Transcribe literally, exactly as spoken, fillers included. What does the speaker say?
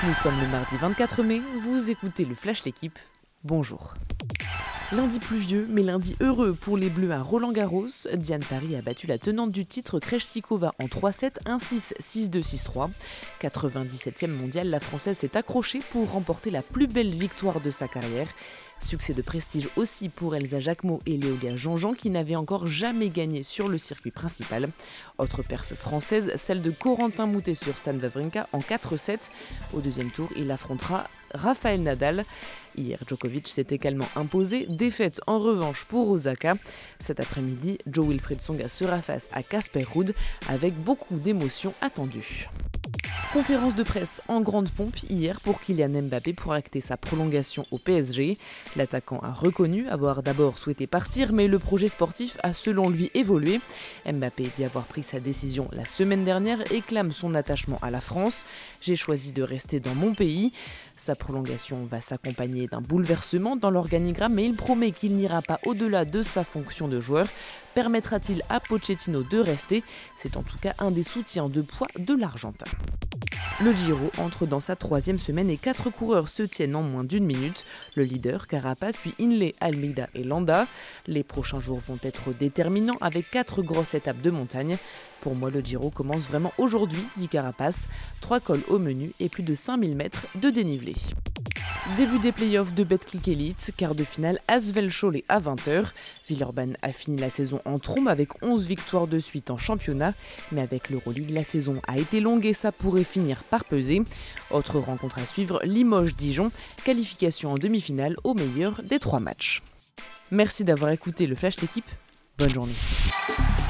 Nous sommes le mardi vingt-quatre mai, vous écoutez le Flash L'équipe, bonjour. Lundi pluvieux, mais lundi heureux pour les Bleus à Roland-Garros. Diane Parry a battu la tenante du titre Krejcikova en trois sept, un six, six deux, six trois. quatre-vingt-dix-septième mondiale, la Française s'est accrochée pour remporter la plus belle victoire de sa carrière. Succès de prestige aussi pour Elsa Jacquemot et Léolia Jean-Jean qui n'avaient encore jamais gagné sur le circuit principal. Autre perf française, celle de Corentin Moutet sur Stan Wawrinka en quatre sept. Au deuxième tour, il affrontera Rafael Nadal. Hier, Djokovic s'est également imposé, défaite en revanche pour Osaka. Cet après-midi, Jo-Wilfried Tsonga sera face à Casper Ruud avec beaucoup d'émotions attendues. Conférence de presse en grande pompe hier pour Kylian Mbappé pour acter sa prolongation au P S G. L'attaquant a reconnu avoir d'abord souhaité partir, mais le projet sportif a selon lui évolué. Mbappé dit avoir pris sa décision la semaine dernière et clame son attachement à la France. « J'ai choisi de rester dans mon pays ». Sa prolongation va s'accompagner d'un bouleversement dans l'organigramme, mais il promet qu'il n'ira pas au-delà de sa fonction de joueur. Permettra-t-il à Pochettino de rester ? C'est en tout cas un des soutiens de poids de l'Argentin. Le Giro entre dans sa troisième semaine et quatre coureurs se tiennent en moins d'une minute. Le leader, Carapaz, puis Hindley, Almeida et Landa. Les prochains jours vont être déterminants avec quatre grosses étapes de montagne. Pour moi, le Giro commence vraiment aujourd'hui, dit Carapaz. Trois cols au menu et plus de cinq mille mètres de dénivelé. Début des playoffs de Betclic Elite, quart de finale Asvel-Cholet à vingt heures. Villeurbanne a fini la saison en trombe avec onze victoires de suite en championnat. Mais avec l'Euroleague, la saison a été longue et ça pourrait finir par peser. Autre rencontre à suivre, Limoges-Dijon, qualification en demi-finale au meilleur des trois matchs. Merci d'avoir écouté le Flash L'équipe, bonne journée.